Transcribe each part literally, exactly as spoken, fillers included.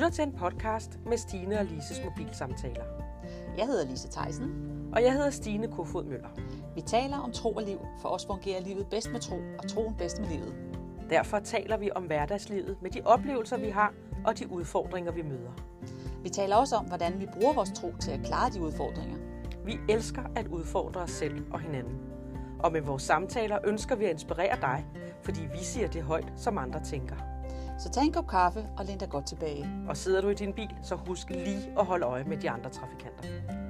lytter til en podcast med Stine og Lises mobilsamtaler. Jeg hedder Lise Theisen. Og jeg hedder Stine Kofod Møller. Vi taler om tro og liv. For os fungerer livet bedst med tro, og troen bedst med livet. Derfor taler vi om hverdagslivet med de oplevelser, vi har, og de udfordringer, vi møder. Vi taler også om, hvordan vi bruger vores tro til at klare de udfordringer. Vi elsker at udfordre os selv og hinanden. Og med vores samtaler ønsker vi at inspirere dig, fordi vi siger det højt, som andre tænker. Så tag en kop kaffe og læn dig godt tilbage. Og sidder du i din bil, så husk lige at holde øje med de andre trafikanter.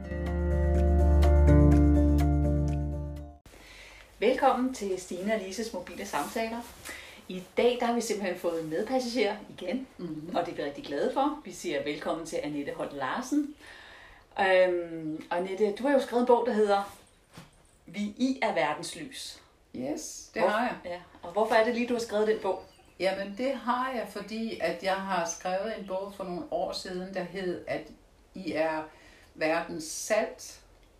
Velkommen til Stine og Lises mobile samtaler. I dag der har vi simpelthen fået en medpassager igen, mm-hmm. og det er vi rigtig glade for. Vi siger velkommen til Annette Holt Larsen. Øhm, og Annette, du har jo skrevet en bog, der hedder Vi I er verdens lys. Yes, det Hvor, har jeg. Ja. Og hvorfor er det lige, du har skrevet den bog? Jamen det har jeg, fordi at jeg har skrevet en bog for nogle år siden, der hed, at I er verdens salt.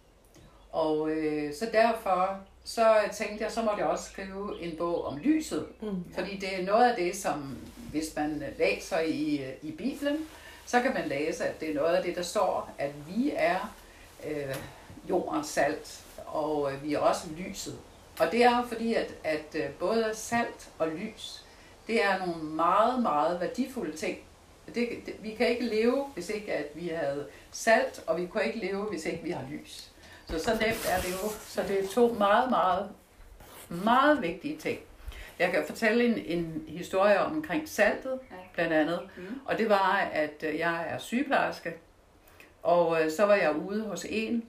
Og øh, så derfor så tænkte jeg, så måtte jeg også skrive en bog om lyset. Mm. Fordi det er noget af det, som hvis man læser i, i Bibelen, så kan man læse, at det er noget af det, der står, at vi er øh, jordens salt, og øh, vi er også lyset. Og det er jo fordi, at, at både salt og lys, det er nogle meget, meget værdifulde ting. Det, det, vi kan ikke leve, hvis ikke at vi havde salt, og vi kan ikke leve, hvis ikke vi har lys. Så så nemt er det jo. Så det er to meget, meget, meget vigtige ting. Jeg kan fortælle en, en historie omkring saltet, blandt andet. Mm. Og det var, at jeg er sygeplejerske, og så var jeg ude hos en,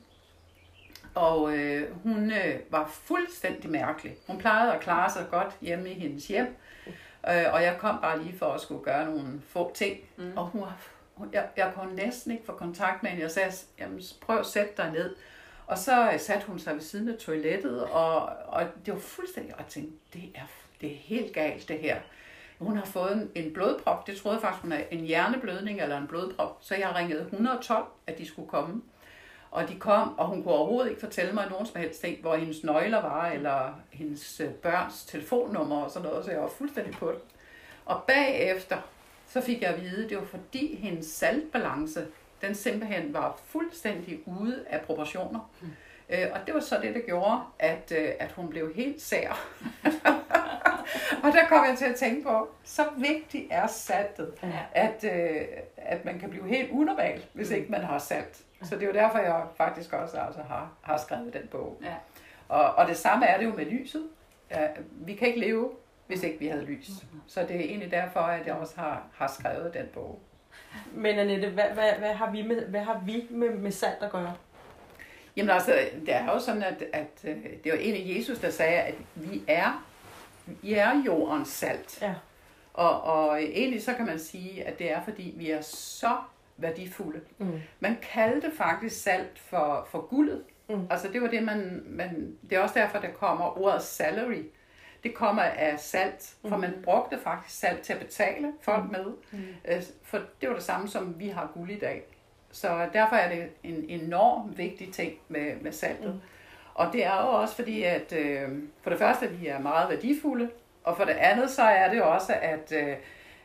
og øh, hun øh, var fuldstændig mærkelig. Hun plejede at klare sig godt hjemme i hendes hjem, øh, og jeg kom bare lige for at skulle gøre nogle få ting. Mm. Og hun var, hun, jeg, jeg kunne næsten ikke få kontakt med hende. Jeg sagde, jamen, prøv at sætte dig ned. Og så øh, satte hun sig ved siden af toilettet, og, og det var fuldstændig, og jeg tænkte, det er, det er helt galt det her. Hun har fået en, en blodprop, det troede jeg faktisk, hun er en hjerneblødning eller en blodprop, så jeg ringede et hundrede og tolv, at de skulle komme. Og de kom, og hun kunne overhovedet ikke fortælle mig nogen som helst ting, hvor hendes nøgler var, eller hendes børns telefonnummer og sådan noget, så jeg var fuldstændig på det. Og bagefter, så fik jeg at vide, at det var fordi hendes saltbalance, den simpelthen var fuldstændig ude af proportioner. Mm. Øh, og det var så det, der gjorde, at, øh, at hun blev helt sær. Og der kom jeg til at tænke på, så vigtigt er saltet, ja. at, øh, at man kan blive helt unormal, hvis ikke man har salt. Så det er jo derfor, jeg faktisk også altså, har, har skrevet den bog. Ja. Og, og det samme er det jo med lyset. Ja, vi kan ikke leve, hvis ikke vi havde lys. Så det er egentlig derfor, at jeg også har, har skrevet den bog. Men Annette, hvad, hvad, hvad har vi, med, hvad har vi med, med salt at gøre? Jamen altså, det er jo sådan, at, at det var egentlig Jesus, der sagde, at vi er, vi er jordens salt. Ja. Og, og egentlig så kan man sige, at det er, fordi vi er så værdifulde. Mm. Man kaldte faktisk salt for, for guldet. Mm. Altså det var det, man, man... Det er også derfor, der kommer ordet salary. Det kommer af salt, for mm. man brugte faktisk salt til at betale folk med. Mm. For det var det samme, som vi har guld i dag. Så derfor er det en enorm vigtig ting med, med saltet. Mm. Og det er jo også fordi, at øh, for det første, vi er meget værdifulde, og for det andet, så er det også, at øh,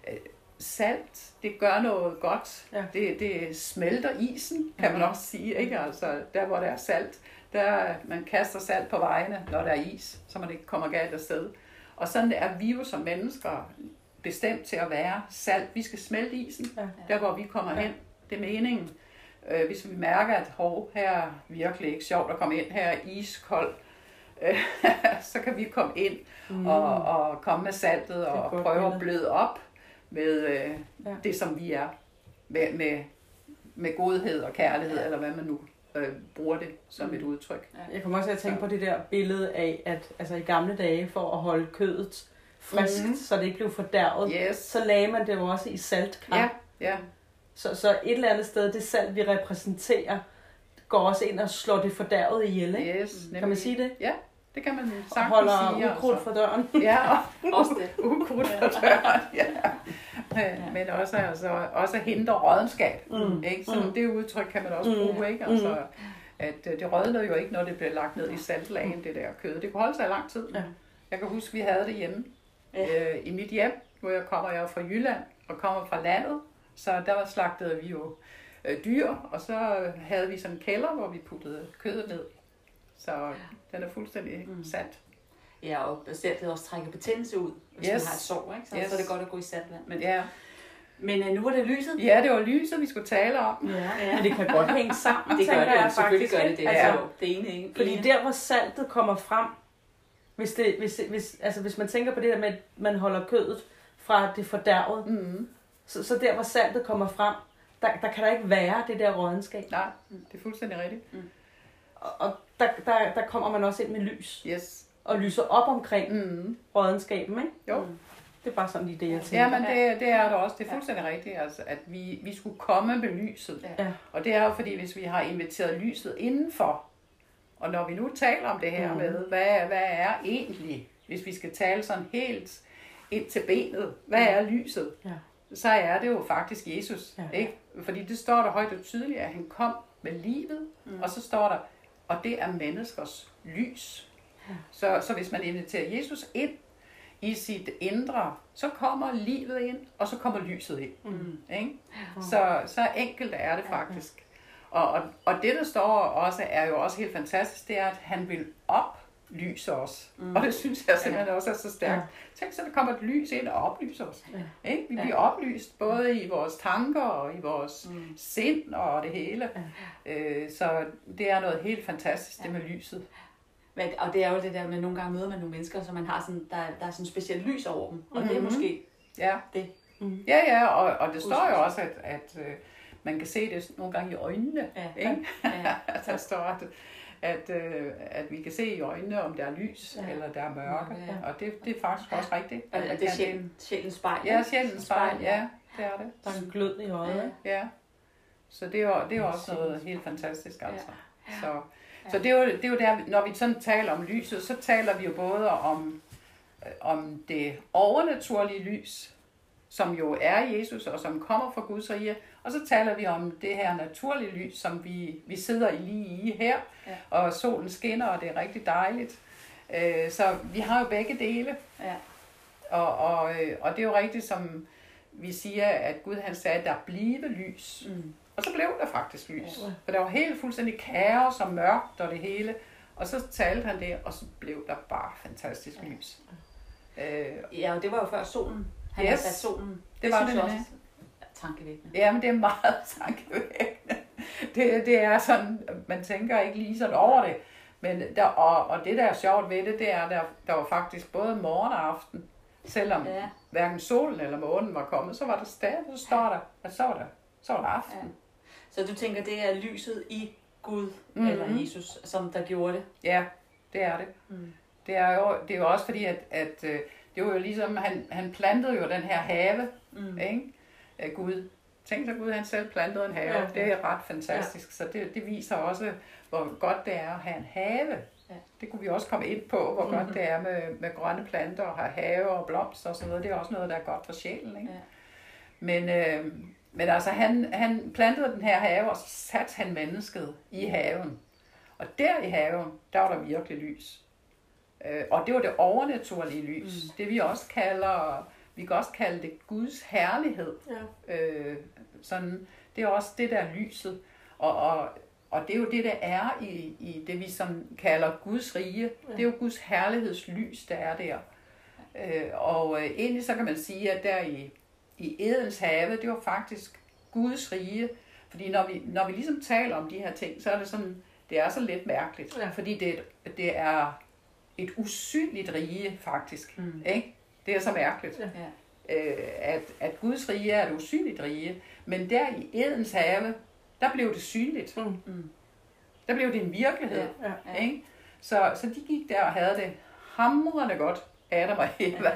salt, det gør noget godt. Ja. Det, det smelter isen, kan man også sige. Ikke? Altså, der hvor der er salt, der man kaster salt på vejene, når der er is, så man ikke kommer galt afsted. Og sådan er vi jo som mennesker bestemt til at være salt. Vi skal smelte isen, ja. Der hvor vi kommer ja. hen. Det er meningen. Øh, hvis vi mærker, at hov, her er virkelig ikke sjovt at komme ind, her er iskold, øh, så kan vi komme ind mm. og, og komme med saltet og prøve at bløde op med øh, ja. det, som vi er. Med, med, med godhed og kærlighed, ja. eller hvad man nu øh, bruger det som et udtryk. Ja. Jeg kommer også til at tænke så. på det der billede af, at altså, i gamle dage, for at holde kødet frisk, mm. så det ikke blev fordærvet, yes. så lagde man det jo også i saltkram. Ja, ja. Så, så et eller andet sted, det salt, vi repræsenterer, går også ind og slår det fordærvet ihjel, ikke? Yes, kan man sige det? Ja, det kan man sagtens sige. Og holder sige, ukrudt altså. for døren. Ja, og også det. ukrudt for døren, ja. ja. Men også, altså, også hindre rådenskab. Mm. Ikke? Så mm. det udtryk kan man også bruge, mm. ikke? Altså, at det rådner jo ikke, når det bliver lagt ned i saltlagen, det der kød. Det kunne holde sig i lang tid. Ja. Jeg kan huske, vi havde det hjemme ja. øh, i mit hjem, hvor jeg kommer jeg fra Jylland og kommer fra landet. Så der var slagtede vi jo øh, dyr, og så havde vi sådan en kælder, hvor vi puttede kødet ned. Så den er fuldstændig mm. salt. Ja, og saltet også trækker betændelse ud, hvis yes. man har et sår, ikke? Så, yes. så er det godt at gå i saltvand. Men, ja. men uh, nu var det lyset. Ja, det var lyset, vi skulle tale om. Ja, ja. Men det kan godt hænge sammen, det gør det, jeg selvfølgelig faktisk. gør det det. Altså, ja. det ene, ikke? Fordi der, hvor saltet kommer frem, hvis, det, hvis, det, hvis, altså, hvis man tænker på det der med, at man holder kødet fra det fordærvede, mm. så, så der, hvor saltet kommer frem, der, der kan der ikke være det der rådenskab. Nej, det er fuldstændig rigtigt. Mm. Og, og der, der, der kommer man også ind med lys. Yes. Og lyser op omkring mm. rådenskaben, ikke? Jo. Mm. Det er bare sådan lige det, jeg tænker. Ja, men det, det er det også. Det er fuldstændig ja. rigtigt, altså, at vi, vi skulle komme med lyset. Ja. Og det er jo fordi, hvis vi har inviteret lyset indenfor, og når vi nu taler om det her mm. med, hvad, hvad er egentlig, hvis vi skal tale sådan helt ind til benet, hvad er lyset? Ja. Så er det jo faktisk Jesus. Ja. Ikke? Fordi det står der højt og tydeligt, at han kom med livet, mm. og så står der, og det er menneskers lys. Ja. Så, så hvis man inviterer Jesus ind i sit indre, så kommer livet ind, og så kommer lyset ind. Mm. Ikke? Ja. Så, så enkelt er det faktisk. Og, og, og det, der står også, er jo også helt fantastisk, det er, at han vil oplyse os. Mm. Og det synes jeg simpelthen ja. også er så stærkt. Ja. Tænk så, der kommer et lys ind og oplyser os. Ja. Ikke? Vi bliver ja. oplyst både i vores tanker og i vores mm. sind og det hele. Ja. Øh, så det er noget helt fantastisk, det med lyset. Men, og det er jo det der med, nogle gange møder man nogle mennesker, så man har sådan, der, der er sådan specielt lys over dem. Og mm-hmm. det er måske ja. det. Mm. Ja, ja, og, og det står jo også, at, at øh, man kan se det nogle gange i øjnene. Ja. Ikke? Ja. Der står, at, at, øh, at vi kan se i øjnene, om der er lys, ja. eller der er mørke. Ja. Og det, det er faktisk også rigtigt. Og det er sjældent, sjældent spejl. Ja, sjældent spejl, ja. Det er det. Der er en glød i øjet. Ja. ja. Så det er jo, det er jo også noget helt fantastisk, altså. Ja. Så, så det er, jo, det er jo der, når vi sådan taler om lyset, så taler vi jo både om, om det overnaturlige lys, som jo er Jesus, og som kommer fra Guds rige, og så taler vi om det her naturlige lys, som vi, vi sidder i lige i her, ja. og solen skinner, og det er rigtig dejligt. Øh, så vi har jo begge dele, ja. og, og, og det er jo rigtigt, som vi siger, at Gud han sagde, at der blive lys. Mm. Og så blev der faktisk lys. Ja. For der var helt fuldstændig kaos og mørkt og det hele. Og så talte han det, og så blev der bare fantastisk ja. lys. Øh, ja, og det var jo før solen. Han yes. havde sat solen. Det, det var det også tankevækkende. Ja, men det er meget tankevækkende. Det, det er sådan, man tænker ikke lige sådan over det. Men der, og, og det der er sjovt ved det, det er, der, der var faktisk både morgen og aften. Selvom ja. hverken solen eller månen var kommet, så var der stadig, så står der, at så var der, så var der aften. Ja. Så du tænker, det er lyset i Gud, mm-hmm. eller Jesus, som der gjorde det? Ja, det er det. Mm. Det er jo, det er jo også fordi, at, at det var jo ligesom, han, han plantede jo den her have, mm. ikke? Af Gud. Tænk sig, Gud han selv plantede en have. Ja, okay. Det er ret fantastisk. Ja. Så det, det viser også, hvor godt det er at have en have. Ja. Det kunne vi også komme ind på, hvor mm-hmm. godt det er med, med grønne planter og have have og blomster og sådan noget. Det er også noget, der er godt for sjælen, ikke? Ja. Men, øh, men altså, han, han plantede den her have, og så satte han mennesket i haven. Og der i haven, der var der virkelig lys. Øh, og det var det overnaturlige lys. Mm. Det vi også kalder, vi kan også kalde det Guds herlighed. Ja. Øh, sådan, det er også det der lyset. Og, og, og det er jo det, der er i, i det, vi som kalder Guds rige. Ja. Det er jo Guds herlighedslys, der er der. Øh, og øh, egentlig så kan man sige, at der i, i Edens have, det var faktisk Guds rige. Fordi når vi, når vi ligesom taler om de her ting, så er det sådan, det er så lidt mærkeligt. Ja. Fordi det, det er et usynligt rige, faktisk. Mm. Ikke? Det er så mærkeligt. Ja. Øh, at, at Guds rige er et usynligt rige. Men der i Edens have, der blev det synligt. Mm. Der blev det en virkelighed. Ja. Ja. Ikke? Så, så de gik der og havde det hamrende godt, Adam og Eva.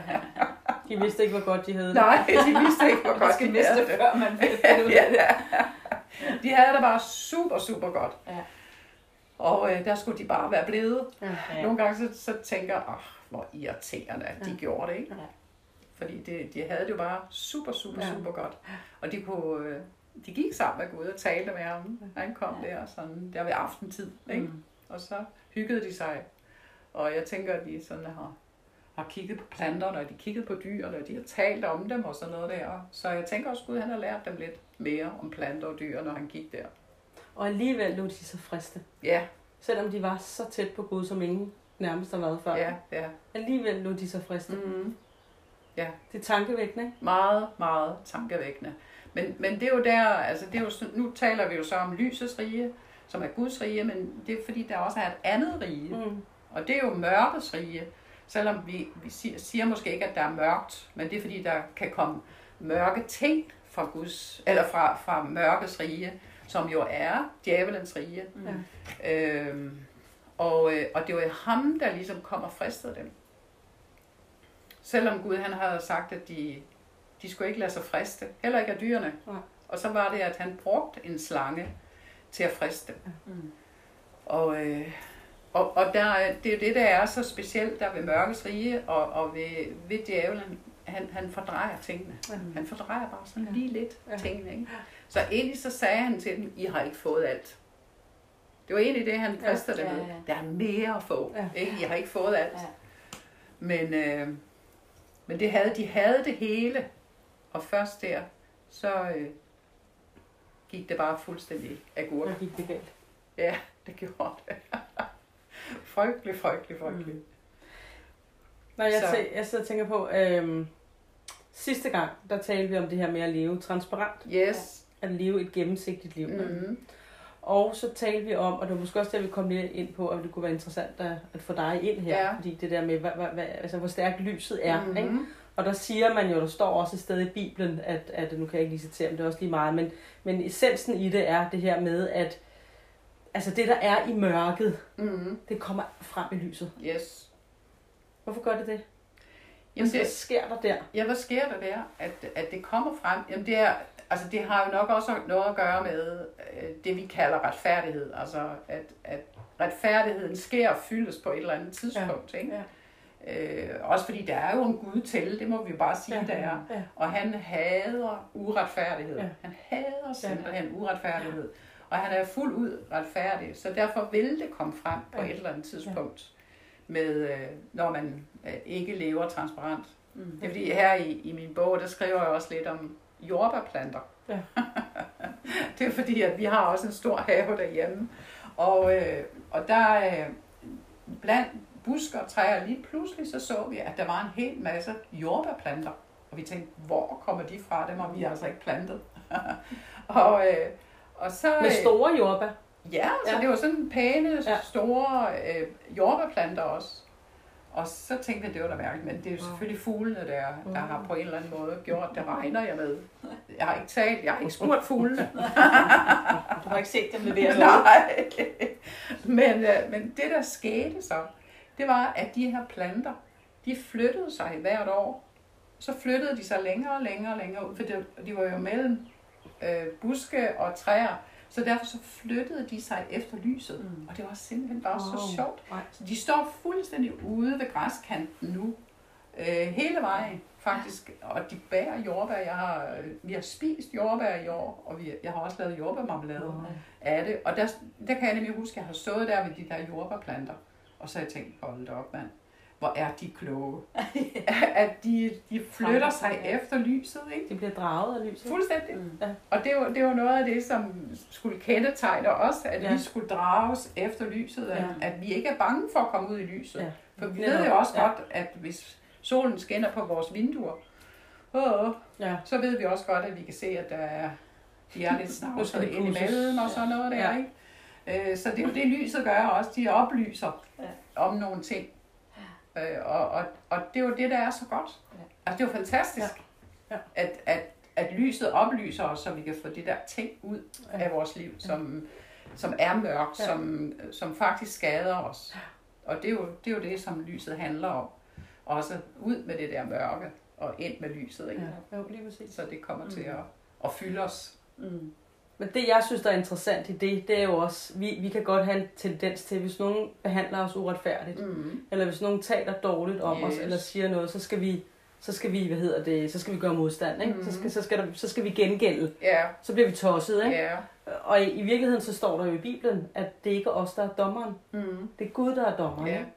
De vidste ikke, hvor godt de havde det. Nej, de vidste ikke, hvor godt de havde det. Før man finde ud af det. Ja. De havde det bare super, super godt. Ja. Og øh, der skulle de bare være blevet. Ja. Nogle gange så, så tænker jeg, oh, hvor irriterende, at de ja. gjorde det, ikke? Ja. Fordi det, de havde det jo bare super, super, ja. super godt. Og de kunne, øh, de gik sammen med Gud og talte med ham. Han kom ja. der, sådan, der ved aftentid, ikke? Mm. Og så hyggede de sig. Og jeg tænker, at de sådan har, har kigget på planterne, og de kiggede på dyrene, og de har talt om dem og sådan noget der. Så jeg tænker også, Gud han har lært dem lidt mere om planter og dyr, når han gik der. Og alligevel lå de så friste. Ja. Selvom de var så tæt på Gud, som ingen nærmest har været før. Ja, ja. Alligevel lå de så friste. Mm-hmm. Ja. Det er tankevækkende, ikke? Meget, meget tankevækkende. Men, men det er jo der, altså det er jo, nu taler vi jo så om lysets rige, som er Guds rige, men det er fordi, der også er et andet rige. Mm. Og det er jo mørkets rige. Selvom vi, vi siger, siger måske ikke, at der er mørkt, men det er fordi, der kan komme mørke ting fra Guds, eller fra, fra mørkets rige, som jo er djævelens rige. Mm. Øhm, og, og det er jo ham, der ligesom kommer og frister dem. Selvom Gud han havde sagt, at de, de skulle ikke lade sig friste, heller ikke af dyrene. Ja. Og så var det, at han brugte en slange til at friste dem. Mm. Og, øh, og, og der, det er jo det, der er så specielt der ved mørkets rige og, og ved, ved djævlen. Han, han fordrejer tingene. Mm. Han fordrejer bare sådan ja. lige lidt ja. tingene. Ikke? Så egentlig så sagde han til dem, I har ikke fået alt. Det var egentlig det, han frister ja. dem med. Ja, ja. Der er mere at få. Ja. Ikke? I har ikke fået alt. Ja. Men, øh, men det havde, de havde det hele. Og først der, så øh, gik det bare fuldstændig agurk. Ja, gik det galt. Ja, det gjorde det. frygtelig, frygtelig, frygtelig. Mm. Nå, jeg, tæ- jeg sidder og tænker på, øhm, sidste gang, der talte vi om det her med at leve transparent. Yes. At leve et gennemsigtigt liv. Mm-hmm. Og så talte vi om, og det var måske også der, vi kom lidt ind på, at det kunne være interessant at, at få dig ind her. Ja. Fordi det der med, hvad, hvad, altså, hvor stærkt lyset er. Mm-hmm. Ikke? Og der siger man jo, der står også et sted i Bibelen, at, at nu kan jeg ikke lige citere, men det er også lige meget, men, men essensen i det er det her med, at altså det, der er i mørket, mm-hmm. det kommer frem i lyset. Yes. Hvorfor gør det det? Jamen, hvad sker der der? Ja, hvad sker der der? At, at det kommer frem? Jamen, det er, altså det har jo nok også noget at gøre med øh, det, vi kalder retfærdighed. Altså, at, at retfærdigheden sker og fyldes på et eller andet tidspunkt, ja. Ikke? Ja. Øh, også fordi der er jo en Gud til, det må vi jo bare sige, ja, der er. Ja. Og han hader uretfærdighed. Ja. Han hader simpelthen ja. uretfærdighed. Ja. Og han er fuldt ud retfærdig, så derfor vil det komme frem på ja. et eller andet tidspunkt, ja. med, øh, når man øh, ikke lever transparent. Mm. Det er fordi her i, i min bog, der skriver jeg også lidt om jordbærplanter. Ja. Det er fordi, at vi har også en stor have derhjemme. Og, øh, og der øh, blandt busker og træer, lige pludselig så så vi, at der var en hel masse jordbærplanter. Og vi tænkte, hvor kommer de fra? Dem har vi altså ikke plantet. og, øh, og så, med store jordbær? Ja, så ja. det var sådan pæne, store øh, jordbærplanter også. Og så tænkte jeg, at det var da mærkeligt, men det er jo selvfølgelig fuglene, der, der har på en eller anden måde gjort, det regner jeg med. Jeg har ikke talt, jeg har ikke spurgt fuglene. Du har ikke set dem levere noget? Nej. Men, øh, men det, der skete så, det var, at de her planter, de flyttede sig hvert år. Så flyttede de sig længere og længere og længere ud, for de, de var jo mellem øh, buske og træer. Så derfor så flyttede de sig efter lyset, mm. og det var simpelthen bare wow. så sjovt. Så de står fuldstændig ude ved græskanten nu, øh, hele vejen faktisk, og de bærer jordbær. Jeg har, vi har spist jordbær i år, og vi, jeg har også lavet jordbærmarmelade wow. af det. Og der, der kan jeg nemlig huske, at jeg har stået der ved de der jordbærplanter, og så har jeg tænkt, hold da op, mand. Hvor er de kloge. At de, de flytter sig efter lyset, ikke? De bliver draget af lyset. Fuldstændig. Mm. Ja. Og det var, det var noget af det, som skulle kendetegne os, at ja. vi skulle drages efter lyset. At, ja. at vi ikke er bange for at komme ud i lyset. Ja. For vi ved jo også ja. godt, at hvis solen skinner på vores vinduer, åh, ja. så ved vi også godt, at vi kan se, at der er, de er lidt snavset ind imellem og sådan noget der, ja. ikke? Så det er jo det, lyset gør også. De oplyser ja. om nogle ting. Øh, og, og, og det er jo det, der er så godt. Ja. Altså, det er jo fantastisk, ja. Ja. At, at, at lyset oplyser os, så vi kan få de der ting ud ja. af vores liv, som, som er mørkt, ja. som, som faktisk skader os. Og det er, jo, det er jo det, som lyset handler om. Også ud med det der mørke, og ind med lyset. Ikke? Ja. Jo, lige præcis. Så det kommer mm. til at, at fylde os. Mm. Men det, jeg synes, der er interessant i det, det er jo også, vi, vi kan godt have en tendens til, hvis nogen behandler os uretfærdigt, mm. eller hvis nogen taler dårligt om yes. os, eller siger noget, så skal vi, så skal vi, hvad hedder det, så skal vi gøre modstand, ikke? Mm. Så, skal, så, skal der, så skal vi gengælde. Yeah. Så bliver vi tosset, ikke? Yeah. Og i, i virkeligheden, så står der jo i Bibelen, at det ikke er os, der er dommeren. Mm. Det er Gud, der er dommeren. Yeah.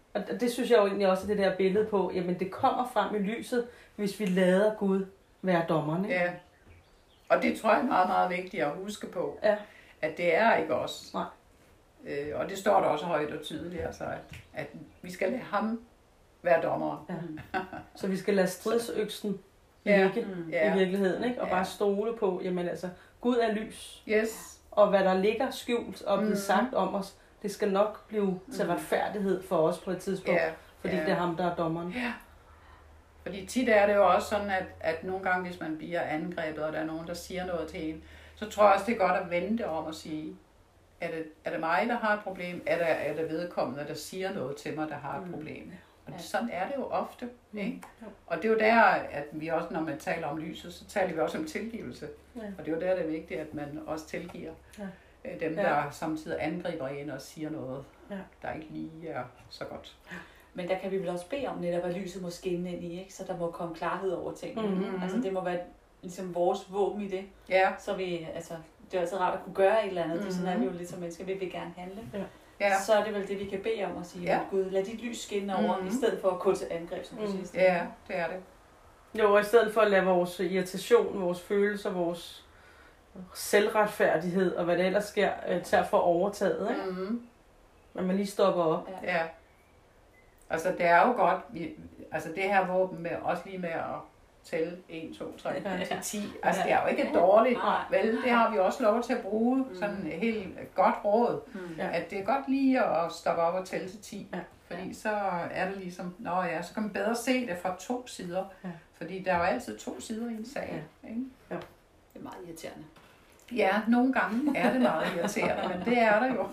Og det synes jeg jo egentlig også er det der billede på, jamen det kommer frem i lyset, hvis vi lader Gud være dommeren. Ikke? Ja. Og det tror jeg er meget, meget vigtigt at huske på. Ja. At det er ikke os. Nej. Øh, og det står der også højt og tydeligt, altså, at, at vi skal lade ham være dommeren. Ja. Så vi skal lade stridsøksen Ja. ligge Mm. Ja. i virkeligheden, ikke? Og Ja. bare stole på, jamen altså, Gud er lys. Yes. Og hvad der ligger skjult og bliver Mhm. sagt om os, det skal nok blive til Mhm. retfærdighed for os på et tidspunkt. Ja. Fordi ja. det er ham, der er dommeren. Ja. Fordi tit er det jo også sådan, at, at nogle gange, hvis man bliver angrebet, og der er nogen, der siger noget til en, så tror jeg også, det er godt at vente om at sige, er det, er det mig, der har et problem? Er det, er det vedkommende, der siger noget til mig, der har et problem? Og Ja. sådan er det jo ofte. Ikke? Jo. Og det er jo der, at vi også, når man taler om lyset, så taler vi også om tilgivelse. Ja. Og det er jo der, det er vigtigt, at man også tilgiver Ja. øh, dem, Ja. der samtidig angriber en og siger noget, Ja. der ikke lige er så godt. Men der kan vi vel også bede om netop, at lyset må skinne ind i, ikke? Så der må komme klarhed over tingene. Mhm. Altså det må være ligesom vores våben i det. Ja, Så vi, altså, det er altid rart at kunne gøre et eller andet. Mm-hmm. Det er sådan, Mhm. er vi jo lidt som mennesker, vi vil gerne handle. ja, Så er det vel det, vi kan bede om at sige, Ja. at Gud, lad dit lys skinne over, Mhm. i stedet for at gå til angreb, som du Mhm. siger. ja, det er det. Jo, og i stedet for at lade vores irritation, vores følelser, vores selvretfærdighed og hvad der ellers sker, øh, til at få overtaget, ikke? Mm-hmm. Når man lige stopper op. Ja. Ja. Altså, det er jo godt, vi, altså det her våben med, også lige med at tælle en, to, tre, Ja. til ti, altså det er jo ikke dårligt, Nej. vel? Det har vi også lov til at bruge, sådan et helt godt råd, Mm. Ja. at det er godt lige at stoppe op og tælle til ti, Ja. fordi så er det ligesom, nå ja, så kan man bedre se det fra to sider, Ja. fordi der er jo altid to sider i en sag, ikke? Det er meget irriterende. Ja, nogle gange er det meget irriterende, men det er der jo.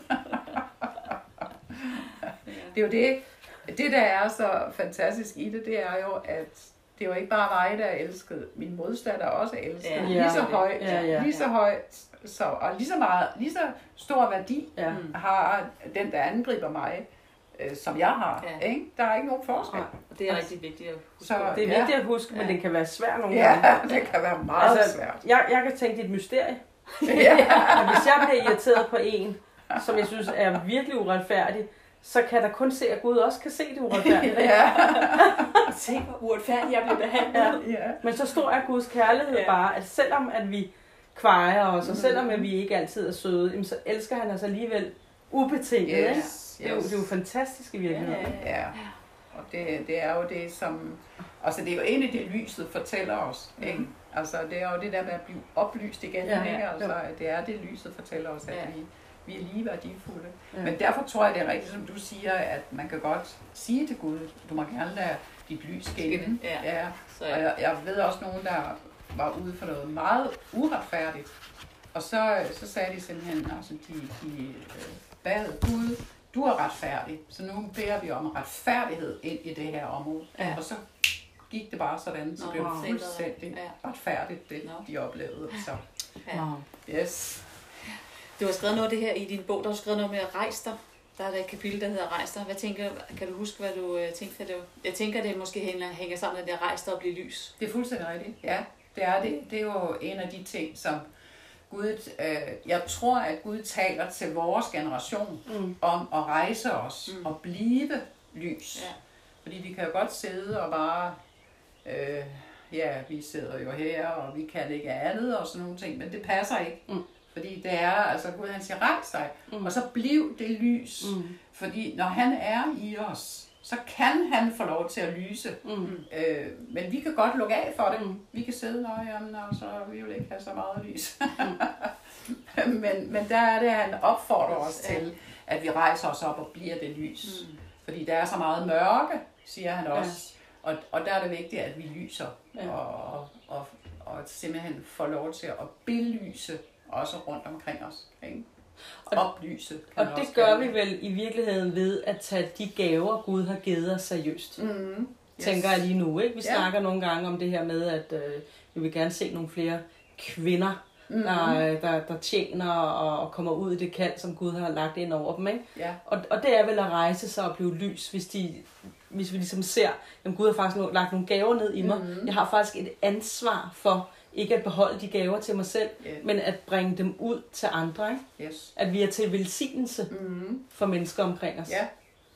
Det er jo det, det der er så fantastisk i det, det er jo, at det er jo ikke bare mig, der er elsket. Min modstander er også elsket. Ja. Lige så Ja. højt, Ja, ja. lige så højt, så, og lige så meget, lige så stor værdi Ja. Mm. har den, der angriber mig, øh, som jeg har. Ja. Ikke? Der er ikke nogen forskel. Nej. Og det er rigtig vigtigt at huske. Så- på. Det er Ja. vigtigt at huske, men Ja. det kan være svært nogle gange. Ja, det kan være meget Altså, svært. Jeg, jeg kan tænke, det er et mysterie. Ja. Og hvis jeg bliver irriteret på en, som jeg synes er virkelig uretfærdig, så kan der kun se, at Gud også kan se det uretfærdige. Ja. Se, hvor uretfærdigt jeg bliver behandlet. Ja. Ja. Men så stor er Guds kærlighed Ja. bare, at selvom at vi kvejer os, og Mhm. selvom at vi ikke altid er søde, jamen, så elsker han os alligevel ubetinget. Ikke? Yes, Det, er jo, det er jo fantastisk i virkeligheden. Ja. Ja, og det, det er jo det, som... Altså, det er jo egentlig det, lyset fortæller os, ikke? Altså, det er jo det der med at blive oplyst igen, Ja, ikke? ja. Altså, det er det, lyset fortæller os, at Ja. vi, vi er lige værdifulde. Ja. Men derfor tror jeg, det er rigtigt, som du siger, at man kan godt sige til Gud, du må gerne lade dit lys skinne. Skinne, ja. Ja. Så, Og jeg, jeg ved også nogen, der var ude for noget meget uretfærdigt. Og så, så sagde de simpelthen, altså de, de øh, bad Gud, du er retfærdig, så nu beder vi om retfærdighed ind i det her område. Ja. Og så gik det bare sådan, så Nå, blev det wow. fuldstændig Ja. retfærdigt, det Nå. de oplevede. Så ja. yes. Du har skrevet noget af det her i din bog, der har du skrevet noget med at rejse dig. Der er der et kapitel, der hedder Rejs dig. Hvad tænker, kan du huske, hvad du øh, tænkte? Det var? Jeg tænker, det måske hænger, hænger sammen med det at rejse dig og blive lys. Det er fuldstændig rigtigt. Ja, det er det. Det er jo en af de ting, som Gud, øh, jeg tror, at Gud taler til vores generation Mm. om at rejse os Mm. mm. og blive lys. Ja. Fordi vi kan jo godt sidde og bare, øh, ja, vi sidder jo her, og vi kan ikke andet og sådan nogle ting, men det passer ikke. Mm. Fordi det er, altså Gud han siger, rejs dig, Mm. og så bliv det lys. Mm. Fordi når han er i os, så kan han få lov til at lyse. Mm. Øh, men vi kan godt lukke af for det. Mm. Mm. Vi kan sidde, nå jamen, altså, vi vil ikke have så meget lys. men, men der er det, han opfordrer os Ja. til, at vi rejser os op og bliver det lys. Mm. Mm. Fordi der er så meget mørke, siger han også. Ja. Og, og der er det vigtigt, at vi lyser. Ja. Ja. Og, og, og, og simpelthen får lov til at belyse også rundt omkring os. Ikke? Og- Oplyse. kan Og man det også gør kalde vi vel i virkeligheden ved at tage de gaver, Gud har givet os seriøst. Mm. Yes. Tænker jeg lige nu, ikke? Vi Ja. snakker nogle gange om det her med, at øh, vi vil gerne se nogle flere kvinder, Mm. der, der, der tjener og, og kommer ud i det kald, som Gud har lagt ind over dem, ikke? Ja. Og, og det er vel at rejse sig og blive lys, hvis, de, hvis vi ligesom ser, at Gud har faktisk nu lagt nogle gaver ned i mig. Mhm. Jeg har faktisk et ansvar for ikke at beholde de gaver til mig selv, Ja. men at bringe dem ud til andre, ikke? Yes. At vi er til velsignelse Mm. for mennesker omkring os. Ja,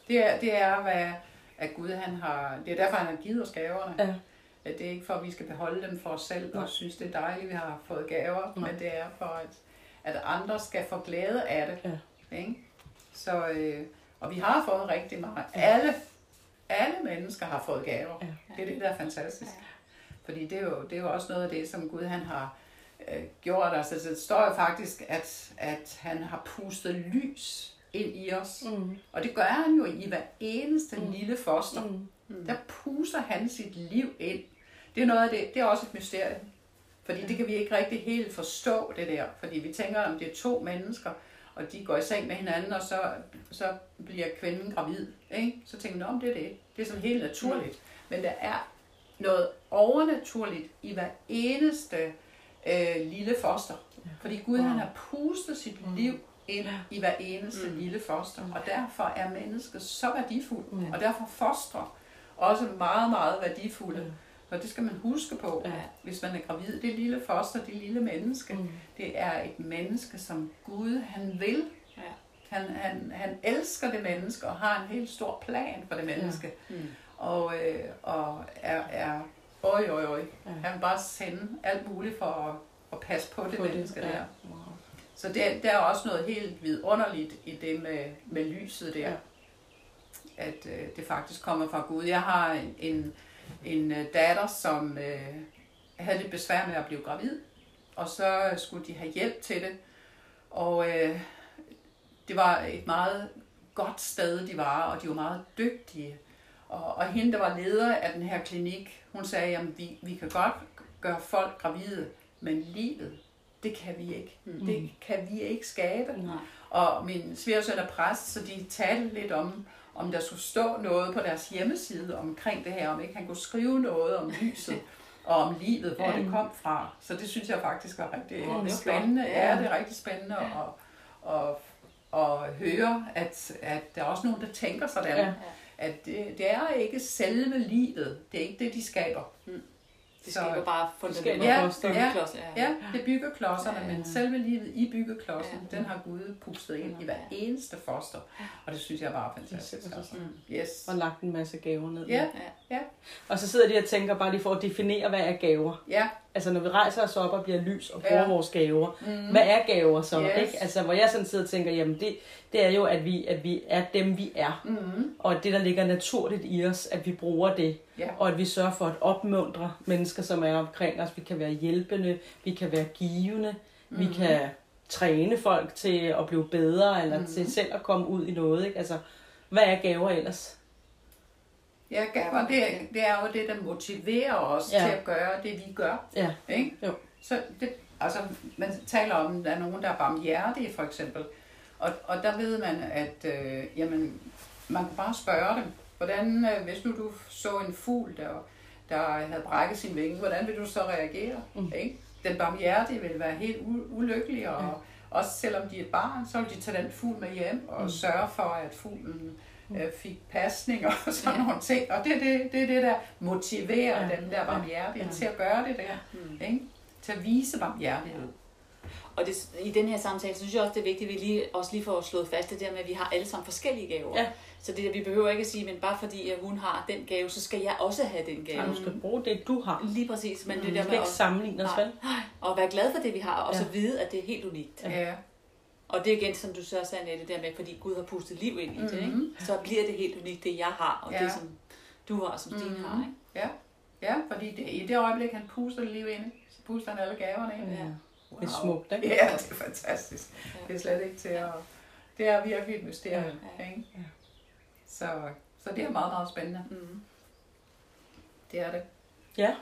Det er, det er hvad at Gud han har, det er derfor han har givet os gaverne. Ja. At det er ikke for, at vi skal beholde dem for os selv Nej. og synes, det er dejligt, at vi har fået gaver, Nej. men det er for, at, at andre skal få glæde af det. Ja. Ikke? Så, øh, og vi har fået rigtig meget. Alle, alle mennesker har fået gaver. Ja. Det er det, der er fantastisk. Fordi det er jo, det er jo også noget af det, som Gud han har øh, gjort. Altså, det står jo faktisk, at, at han har pustet lys ind i os. Mm. Og det gør han jo i hver eneste mm. lille foster. Mm. Mm. Der puster han sit liv ind. Det er noget af det, det er også et mysterium. Fordi det kan vi ikke rigtig helt forstå, det der. Fordi vi tænker, om det er to mennesker, og de går i seng med hinanden, og så, så bliver kvinden gravid. Ikke? Så tænker vi, om det er det. Det er sådan helt naturligt. Men der er noget overnaturligt i hver eneste øh, lille foster. Fordi Gud wow. han har pustet sit mm. liv ind i hver eneste mm. lille foster. Og derfor er mennesket så værdifuldt. Mm. Og derfor fostre også meget, meget værdifulde. Mm. Og det skal man huske på, ja. Hvis man er gravid. Det lille foster, det lille menneske, mm. det er et menneske, som Gud han vil. Ja. Han, han, han elsker det menneske og har en helt stor plan for det menneske. Ja. Mm. Og, øh, og er, er øj, øj, øj. Ja. Han vil bare sende alt muligt for at, at passe på det på menneske det. Der. Ja. Wow. Så det, der er også noget helt vidunderligt i det med, med lyset der. Ja. At øh, det faktisk kommer fra Gud. Jeg har en, en, en datter, som øh, havde lidt besvær med at blive gravid. Og så skulle de have hjælp til det. Og øh, det var et meget godt sted, de var, og de var meget dygtige. Og, og hende, der var leder af den her klinik, hun sagde, at vi, vi kan godt gøre folk gravide, men livet, det kan vi ikke. Mm. Det kan vi ikke skabe. Mm. Og min svigersøn er præst, så de talte lidt om, om der skulle stå noget på deres hjemmeside omkring det her, om ikke han kunne skrive noget om lyset og om livet, hvor mm. det kom fra. Så det synes jeg faktisk var rigtig mm, spændende. Ja, det er rigtig spændende at, at, at høre, at, at der er også nogen, der tænker sådan, ja. At det, det er ikke selve livet, det er ikke det, de skaber. Mm. Det skaber bare fundamentet. Ja, ja, ja, det er byggeklodserne, ja, ja. Men selve livet i byggeklodsen, ja, ja. Den har Gud pustet ind ja. I hver eneste foster. Og det synes jeg bare er fantastisk. Altså. Mm. Yes. Og lagt en masse gaver ned. Ja, ja. Og så sidder de og tænker bare lige for at definere, hvad er gaver. Ja. Altså når vi rejser os op og bliver lys og bruger ja. Vores gaver, mm. hvad er gaver så? Yes. Ikke? Altså hvor jeg sådan sidder og tænker, jamen det, det er jo, at vi, at vi er dem, vi er. Mm. Og at det, der ligger naturligt i os, at vi bruger det. Ja. Og at vi sørger for at opmuntre mennesker, som er omkring os. Vi kan være hjælpende, vi kan være givende, mm. vi kan træne folk til at blive bedre, eller mm. til selv at komme ud i noget. Ikke? Altså, hvad er gaver ellers? Ja, gaver, det, det er jo det, der motiverer os ja. Til at gøre det, vi gør. Ja. Ikke? Jo. Så det, altså, man taler om, at der er nogen, der er barmhjertige, for eksempel. Og, og der ved man, at øh, jamen, man kan bare spørge dem, hvordan, øh, hvis nu du så en fugl, der, der havde brækket sin vinge, hvordan vil du så reagere? Mm. Ikke? Den barmhjertige vil være helt u- ulykkelig, og mm. også selvom de er et barn, så vil de tage den fugl med hjem og mm. sørge for, at fuglen øh, fik pasning og sådan ja. Nogle ting. Og det er det, det, det, der motiverer ja. Dem der barmhjertige ja. Til at gøre det der. Mm. Ikke? Til at vise barmhjertighed. Og det, i den her samtale, synes jeg også, det er vigtigt, at vi lige, også lige får slået fast det der med, at vi har alle sammen forskellige gaver. Ja. Så det, vi behøver ikke at sige, men bare fordi at hun har den gave, så skal jeg også have den gave. Ja, du skal bruge det, du har. Lige præcis. Men mm, det der med ikke sammenligne os, vel? Og være glad for det, vi har, og ja. Så vide, at det er helt unikt. Ja. Og det er igen, som du så sagde, Annette, der med, fordi Gud har pustet liv ind i det, ikke? Så bliver det helt unikt, det jeg har, og ja. Det som du har, som mm-hmm. din har. Ikke? Ja. Ja, fordi det, i det øjeblik, han puster liv ind, så puster han alle gaverne ind. Ja. Wow. Det er smukt, ikke? Ja, det er fantastisk. Ja. Det er slet ikke til at... Det er virkelig et mysterium, ja. Ikke? Ja. Så, så det er meget, meget spændende. Mm. Det er det. Ja.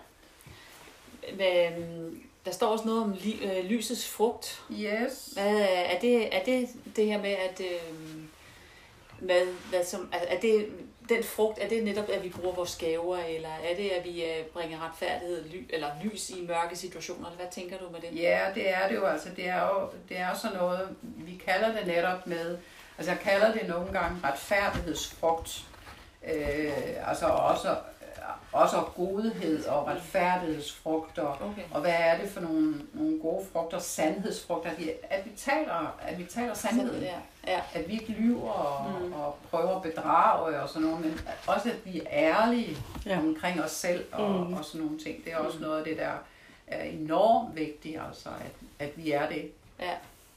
Men, der står også noget om ly, øh, lysets frugt. Yes. Hvad, er, det, er det det her med, at... Øh, hvad, hvad som, er det... Den frugt, er det netop, at vi bruger vores gaver, eller er det, at vi bringer retfærdighed ly, eller lys i mørke situationer? Eller hvad tænker du med det? Ja, det er det jo. Altså, det er jo det er sådan noget, vi kalder det netop med, altså jeg kalder det nogle gange retfærdighedsfrugt. Øh, altså også også godhed og retfærdighedsfrugter. Okay. Og hvad er det for nogle, nogle gode frugter? Sandhedsfrugter. At vi, at vi taler, at vi taler sandheden. Ja. Ja. At vi ikke lyver og, Mm. og prøver at bedrage og sådan noget, men også at vi er ærlige Ja. omkring os selv og, Mm. og sådan nogle ting. Det er også noget af det, der er enormt vigtigt, altså at, at vi er det. Ja.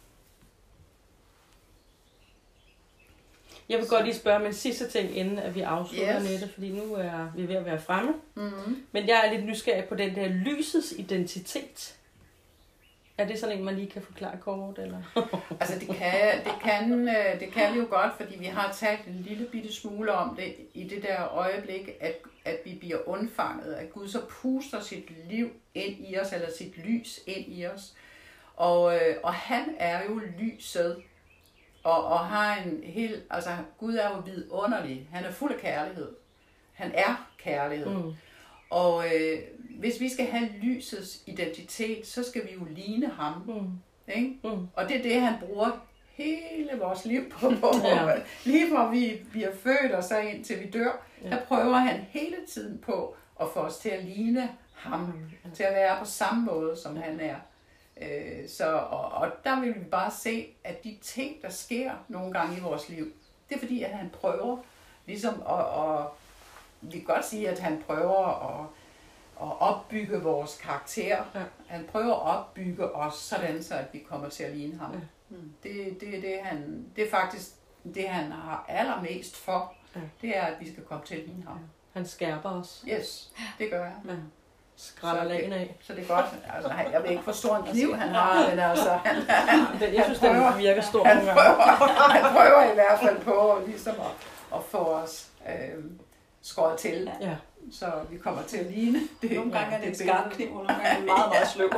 Jeg vil godt lige spørge om en sidste ting, inden at vi afslutter, Yes. Annette, fordi nu er vi ved at være fremme. Mm-hmm. Men jeg er lidt nysgerrig på den der lysets identitet. Er det sådan en, man lige kan forklare kort, eller? Altså det kan, det, kan, øh, det kan vi jo godt, fordi vi har talt en lille bitte smule om det i det der øjeblik, at, at vi bliver undfanget, at Gud så puster sit liv ind i os, eller sit lys ind i os. Og, øh, og han er jo lyset, og, og har en helt, altså Gud er jo vidunderlig, han er fuld af kærlighed. Han er kærlighed. Mm. Og øh, hvis vi skal have lysets identitet, så skal vi jo ligne ham. Mm. Ikke? Mm. Og det er det, han bruger hele vores liv på. på. Ja. Lige fra vi bliver født og så indtil vi dør, Ja. der prøver han hele tiden på at få os til at ligne ham. Til at være på samme måde, som han er. Øh, så, og, og der vil vi bare se, at de ting, der sker nogle gange i vores liv, det er fordi, at han prøver ligesom at, at vi kan godt sige, at han prøver at, at opbygge vores karakter. Ja. Han prøver at opbygge os sådan, så at vi kommer til at ligne ham. Ja. Mm. Det, det, det, han, det er faktisk det, han har allermest for. Ja. Det er, at vi skal komme til at ligne ham. Han skærper os. Yes, det gør jeg. Ja. Skræller Så det- lagene af. Så det er godt. Altså, han- jeg ved ikke, hvor stor en kniv han har, men altså, han, Den- Jeg synes, den prøver- virker stor han, nogle gange. prøver, han prøver i hvert fald på ligesom at, at få os øh, skåret til, Ja. så vi kommer til at ligne det. Nogle gange er det en billede. skarp kniv, og nogle gange er det meget, meget sløv.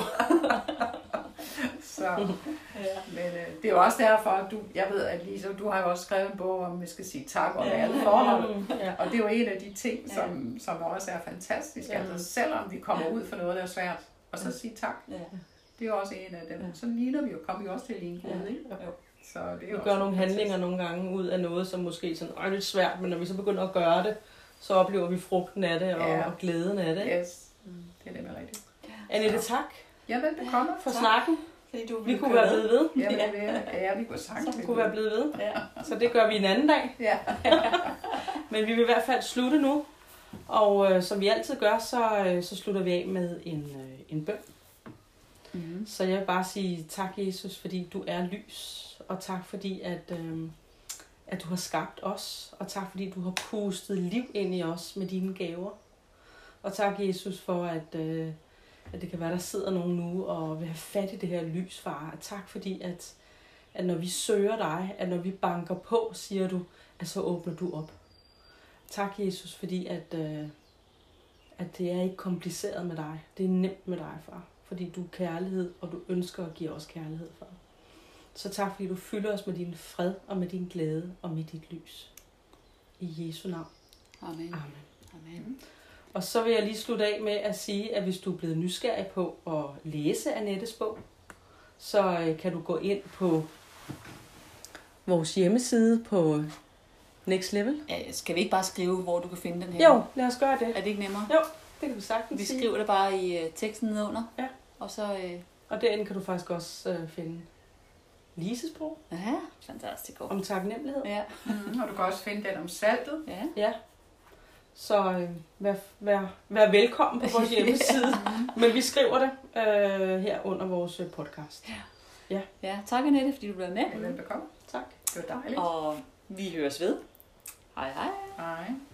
Så, Ja. men øh, det er jo også derfor, at du, jeg ved, at Lisa, du har jo også skrevet en bog om, vi skal sige tak om alle forhold. Mm. Ja. Og det er jo en af de ting, som, som også er fantastisk. Ja. Altså, selvom vi kommer ud for noget, der er svært, og så sige tak. Ja. Det er jo også en af dem. Ja. Så ligner vi jo, kommer vi også til at ligne Gud, ikke? Ja. Så det er Vi jo gør også nogle fantastisk. handlinger nogle gange ud af noget, som måske sådan, er lidt svært, men når vi så begynder at gøre det, så oplever vi frugten af det og, Ja. og glæden af det. Yes, det er nemlig rigtigt. Annette, tak Ja, velbekomme. for snakken. Fordi du Vi vil kunne køre være med. blevet ved. Ja, men det er, ja, vi kunne sagtens. Vi kunne være blevet ved. Ja. Så det gør vi en anden dag. Ja. Men vi vil i hvert fald slutte nu. Og øh, som vi altid gør, så, øh, så slutter vi af med en, øh, en bøn. Mm-hmm. Så jeg vil bare sige tak, Jesus, fordi du er lys. Og tak, fordi at, øh, at du har skabt os. Og tak, fordi du har pustet liv ind i os med dine gaver. Og tak, Jesus, for at, øh, at det kan være, der sidder nogen nu og vil have fat i det her lys, far. Og tak, fordi at, at når vi søger dig, at når vi banker på, siger du, at så åbner du op. Tak, Jesus, fordi at, øh, at det er ikke kompliceret med dig. Det er nemt med dig, far. Fordi du er kærlighed, og du ønsker at give os kærlighed, far. Så tak, fordi du fylder os med din fred og med din glæde og med dit lys. I Jesu navn. Amen. Amen. Amen. Og så vil jeg lige slutte af med at sige, at hvis du er blevet nysgerrig på at læse Annettes bog, så øh, kan du gå ind på vores hjemmeside på Next Level. Ja, skal vi ikke bare skrive, hvor du kan finde den her? Jo, lad os gøre det. Er det ikke nemmere? Jo, det kan vi sagtens Vi sige. skriver det bare i uh, teksten nedenunder. Ja. Og så... Uh, Og derinde kan du faktisk også øh, finde Lises bog ja, fantastisk. om taknemmelighed. Ja. Mm, og du kan også finde den om saltet. Ja. Ja. Så øh, vær, vær, vær velkommen på vores hjemmeside. Men vi skriver det øh, her under vores øh, podcast. Ja, tak Annette, fordi du blev med. Ja, velbekomme. Tak. Det var dejligt. Og vi høres ved. Hej hej. Hej.